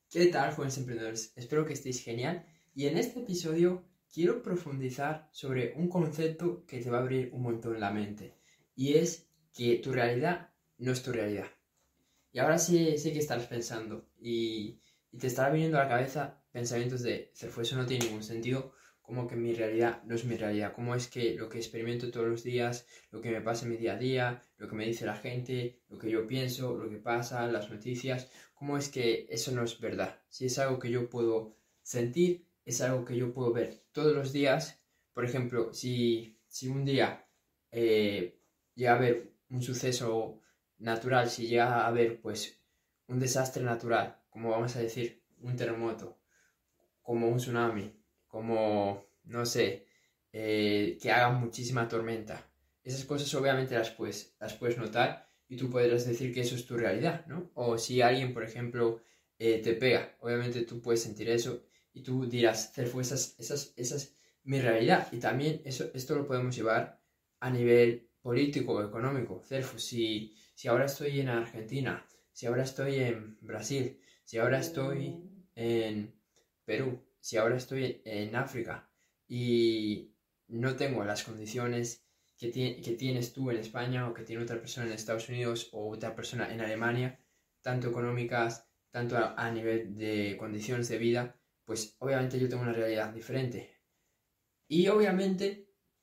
¿Qué tal, jóvenes emprendedores? Espero que estéis genial y en este episodio quiero profundizar sobre un concepto que te va a abrir un montón la mente y es que tu realidad no es tu realidad. Y ahora sí sé que estás pensando y te estará viniendo a la cabeza pensamientos de, Cerfu, eso no tiene ningún sentido, como que mi realidad no es mi realidad, cómo es que lo que experimento todos los días, lo que me pasa en mi día a día, lo que me dice la gente, lo que yo pienso, lo que pasa, las noticias, cómo es que eso no es verdad. Si es algo que yo puedo sentir, es algo que yo puedo ver todos los días. Por ejemplo, si un día llega a haber un suceso natural, si llega a haber pues un desastre natural, como vamos a decir, un terremoto, como un tsunami, como, no sé, que haga muchísima tormenta. Esas cosas obviamente las puedes notar y tú podrás decir que eso es tu realidad, ¿no? O si alguien, por ejemplo, te pega, obviamente tú puedes sentir eso y tú dirás, Cerfu, esa es mi realidad. Y también esto lo podemos llevar a nivel político o económico. Cerfu, si ahora estoy en Argentina, si ahora estoy en Brasil, si ahora estoy en Perú, si ahora estoy en África y no tengo las condiciones que tienes tú en España o que tiene otra persona en Estados Unidos o otra persona en Alemania, tanto económicas, tanto a nivel de condiciones de vida, pues obviamente yo tengo una realidad diferente. Y obviamente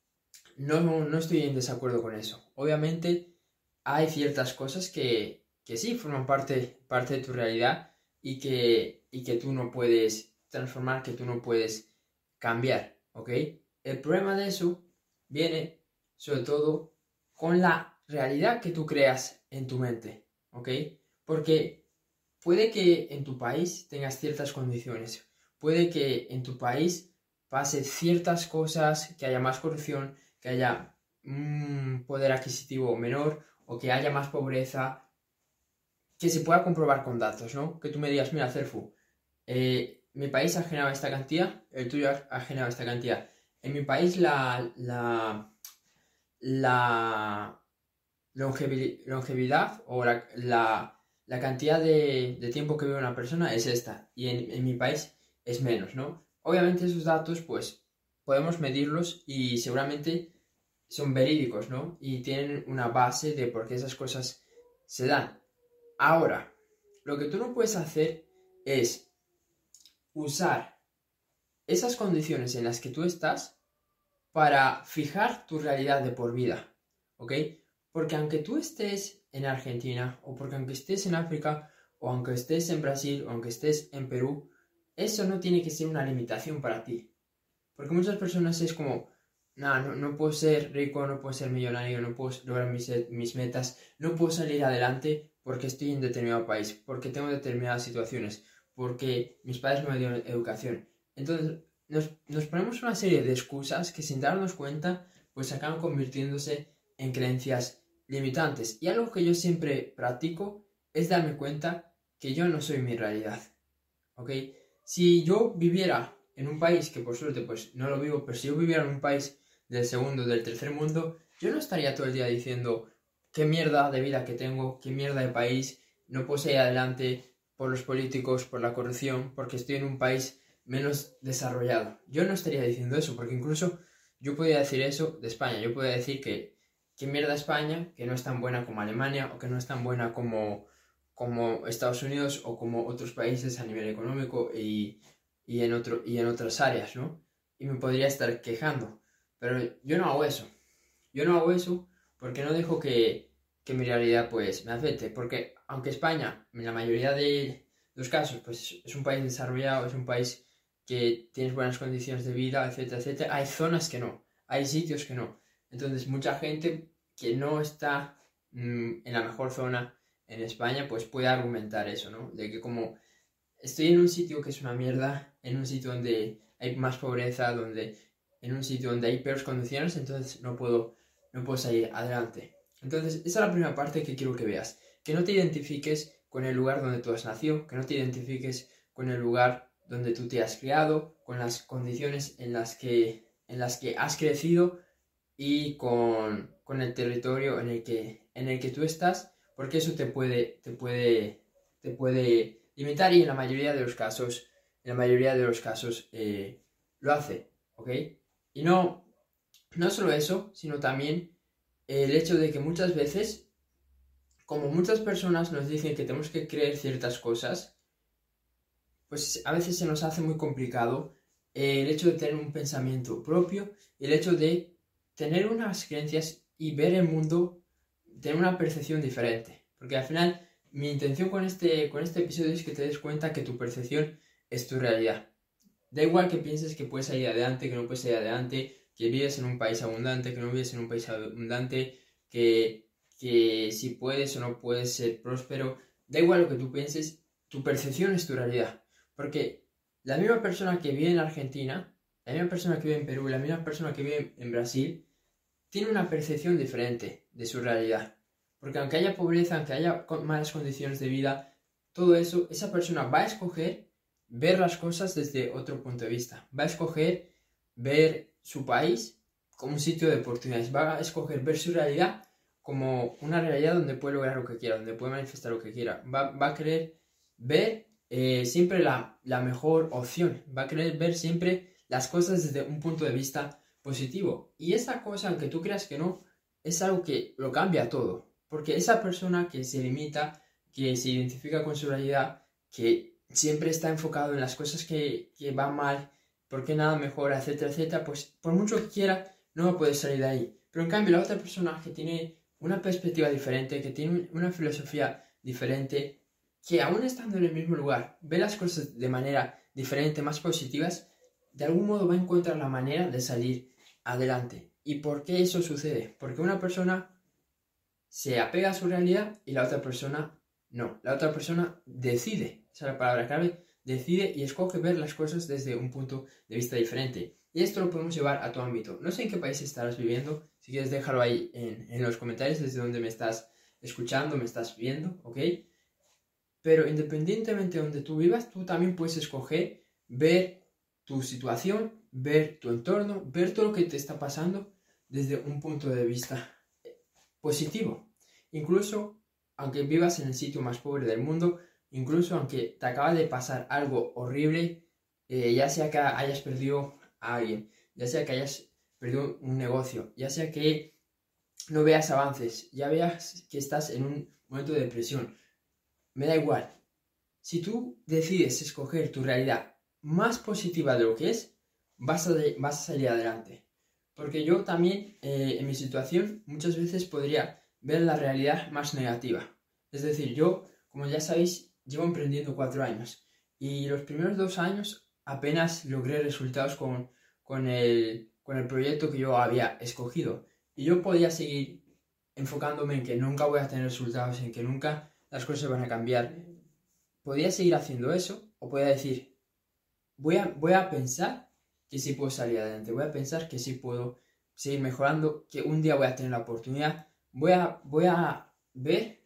no estoy en desacuerdo con eso. Obviamente hay ciertas cosas que sí forman parte de tu realidad y que tú no puedes transformar, que tú no puedes cambiar, ¿ok? El problema de eso viene sobre todo con la realidad que tú creas en tu mente, ¿ok? Porque puede que en tu país tengas ciertas condiciones, puede que en tu país pase ciertas cosas, que haya más corrupción, que haya un poder adquisitivo menor o que haya más pobreza, que se pueda comprobar con datos, ¿no? Que tú me digas, mira, Cerfu, mi país ha generado esta cantidad, el tuyo ha generado esta cantidad. En mi país la longevidad o la cantidad de tiempo que vive una persona es esta y en mi país es menos, ¿no? Obviamente esos datos pues podemos medirlos y seguramente son verídicos, ¿no? Y tienen una base de por qué esas cosas se dan. Ahora, lo que tú no puedes hacer es usar esas condiciones en las que tú estás para fijar tu realidad de por vida, ¿ok? Porque aunque tú estés en Argentina, o porque aunque estés en África, o aunque estés en Brasil, o aunque estés en Perú, eso no tiene que ser una limitación para ti. Porque muchas personas es como, nah, no puedo ser rico, no puedo ser millonario, no puedo lograr mis metas, no puedo salir adelante porque estoy en determinado país, porque tengo determinadas situaciones, porque mis padres no me dieron educación. Entonces nos ponemos una serie de excusas que sin darnos cuenta pues acaban convirtiéndose en creencias limitantes. Y algo que yo siempre practico es darme cuenta que yo no soy mi realidad, ¿ok? Si yo viviera en un país, que por suerte pues no lo vivo, pero si yo viviera en un país del segundo, del tercer mundo, yo no estaría todo el día diciendo qué mierda de vida que tengo, qué mierda de país, no puedo seguir adelante por los políticos, por la corrupción, porque estoy en un país menos desarrollado. Yo no estaría diciendo eso, porque incluso yo podría decir eso de España, yo podría decir que qué mierda España, que no es tan buena como Alemania, o que no es tan buena como Estados Unidos o como otros países a nivel económico y en otras áreas, ¿no? Y me podría estar quejando. Pero yo no hago eso. Yo no hago eso porque no dejo que mi realidad pues me afecte. Porque aunque España, en la mayoría de los casos, pues es un país desarrollado, es un país que tiene buenas condiciones de vida, etcétera, etcétera, hay zonas que no, hay sitios que no. Entonces mucha gente que no está en la mejor zona en España, pues puede argumentar eso, ¿no? De que como estoy en un sitio que es una mierda, en un sitio donde hay más pobreza, en un sitio donde hay peores condiciones, entonces no puedo salir adelante. Entonces, esa es la primera parte que quiero que veas. Que no te identifiques con el lugar donde tú has nacido, que no te identifiques con el lugar donde tú te has criado, con las condiciones en las que has crecido y con el territorio en el que tú estás, porque eso te puede limitar y en la mayoría de los casos lo hace, ¿ok? Y no solo eso, sino también el hecho de que muchas veces, como muchas personas nos dicen que tenemos que creer ciertas cosas, pues a veces se nos hace muy complicado el hecho de tener un pensamiento propio, el hecho de tener unas creencias y ver el mundo, tener una percepción diferente. Porque al final, mi intención con este episodio es que te des cuenta que tu percepción es tu realidad. Da igual que pienses que puedes salir adelante, que no puedes salir adelante, que vives en un país abundante, que no vives en un país abundante, que si puedes o no puedes ser próspero. Da igual lo que tú pienses, tu percepción es tu realidad. Porque la misma persona que vive en Argentina, la misma persona que vive en Perú, la misma persona que vive en Brasil, tiene una percepción diferente de su realidad. Porque aunque haya pobreza, aunque haya malas condiciones de vida, todo eso, esa persona va a escoger ver las cosas desde otro punto de vista. Va a escoger ver su país como un sitio de oportunidades. Va a escoger ver su realidad como una realidad donde puede lograr lo que quiera, donde puede manifestar lo que quiera. Va a querer ver siempre la mejor opción. Va a querer ver siempre las cosas desde un punto de vista positivo. Y esa cosa, aunque tú creas que no, es algo que lo cambia todo. Porque esa persona que se limita, que se identifica con su realidad, que siempre está enfocado en las cosas que van mal, porque nada mejora, etcétera, etcétera, pues por mucho que quiera, no va a poder salir de ahí. Pero en cambio, la otra persona que tiene una perspectiva diferente, que tiene una filosofía diferente, que aún estando en el mismo lugar, ve las cosas de manera diferente, más positivas, de algún modo va a encontrar la manera de salir adelante. ¿Y por qué eso sucede? Porque una persona se apega a su realidad y la otra persona no. La otra persona decide, esa es la palabra clave, decide y escoge ver las cosas desde un punto de vista diferente. Y esto lo podemos llevar a tu ámbito. No sé en qué país estarás viviendo, si quieres déjalo ahí en los comentarios desde donde me estás escuchando, me estás viendo, ¿ok? Pero independientemente de donde tú vivas, tú también puedes escoger ver tu situación, ver tu entorno, ver todo lo que te está pasando desde un punto de vista positivo. Incluso aunque vivas en el sitio más pobre del mundo, incluso aunque te acaba de pasar algo horrible, ya sea que hayas perdido a alguien, ya sea que hayas perdido un negocio, ya sea que no veas avances, ya veas que estás en un momento de depresión, me da igual. Si tú decides escoger tu realidad más positiva de lo que es, vas a salir adelante. Porque yo también, en mi situación, muchas veces podría ver la realidad más negativa. Es decir, yo, como ya sabéis, llevo emprendiendo 4 años. Y los primeros 2 años apenas logré resultados con el proyecto que yo había escogido. Y yo podía seguir enfocándome en que nunca voy a tener resultados, en que nunca las cosas van a cambiar. Podía seguir haciendo eso o podía decir, voy a pensar que sí puedo salir adelante, voy a pensar que sí puedo seguir mejorando, que un día voy a tener la oportunidad, voy a ver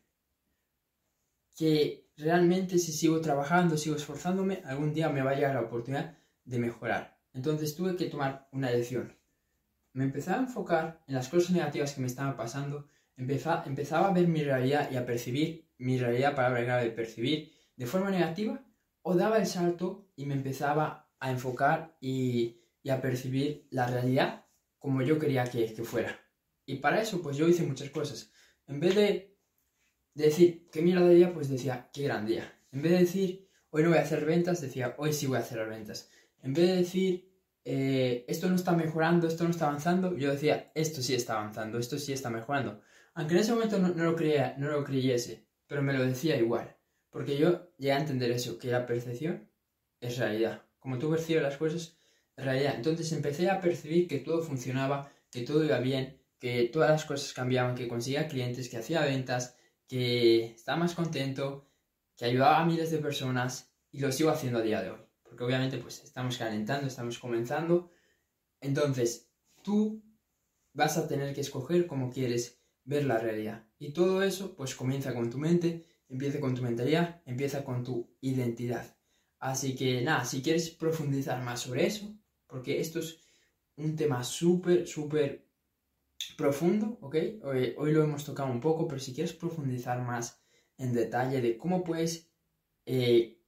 que realmente si sigo trabajando, sigo esforzándome, algún día me va a llegar la oportunidad de mejorar. Entonces tuve que tomar una decisión. Me empezaba a enfocar en las cosas negativas que me estaban pasando, empezaba a ver mi realidad y a percibir mi realidad, palabra grave, percibir de forma negativa, o daba el salto y me empezaba a enfocar y a percibir la realidad como yo quería que fuera. Y para eso pues yo hice muchas cosas. En vez de decir qué mierda de día, pues decía qué gran día. En vez de decir hoy no voy a hacer ventas, decía hoy sí voy a hacer las ventas. En vez de decir esto no está mejorando, esto no está avanzando, yo decía esto sí está avanzando, esto sí está mejorando. Aunque en ese momento no lo creyese, pero me lo decía igual. Porque yo llegué a entender eso, que la percepción es realidad. Como tú percibes las cosas, es realidad. Entonces empecé a percibir que todo funcionaba, que todo iba bien, que todas las cosas cambiaban, que conseguía clientes, que hacía ventas, que estaba más contento, que ayudaba a miles de personas y lo sigo haciendo a día de hoy. Porque obviamente pues estamos calentando, estamos comenzando. Entonces tú vas a tener que escoger cómo quieres ver la realidad. Y todo eso pues comienza con tu mente, empieza con tu mentalidad, empieza con tu identidad. Así que nada, si quieres profundizar más sobre eso, porque esto es un tema súper profundo, ¿ok? Hoy lo hemos tocado un poco, pero si quieres profundizar más en detalle de cómo puedes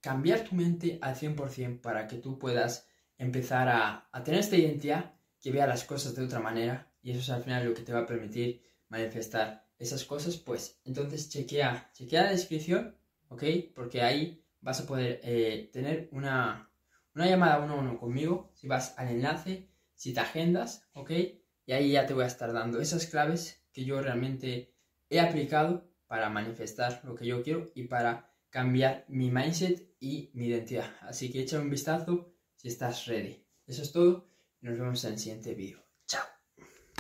cambiar tu mente al 100% para que tú puedas empezar a tener esta identidad que vea las cosas de otra manera, y eso es al final lo que te va a permitir manifestar esas cosas. Pues entonces chequea la descripción, ¿ok? Porque ahí vas a poder tener una llamada 1-1 conmigo, si vas al enlace, si te agendas, ¿ok? Y ahí ya te voy a estar dando esas claves que yo realmente he aplicado para manifestar lo que yo quiero y para cambiar mi mindset y mi identidad. Así que echa un vistazo si estás ready. Eso es todo y nos vemos en el siguiente vídeo.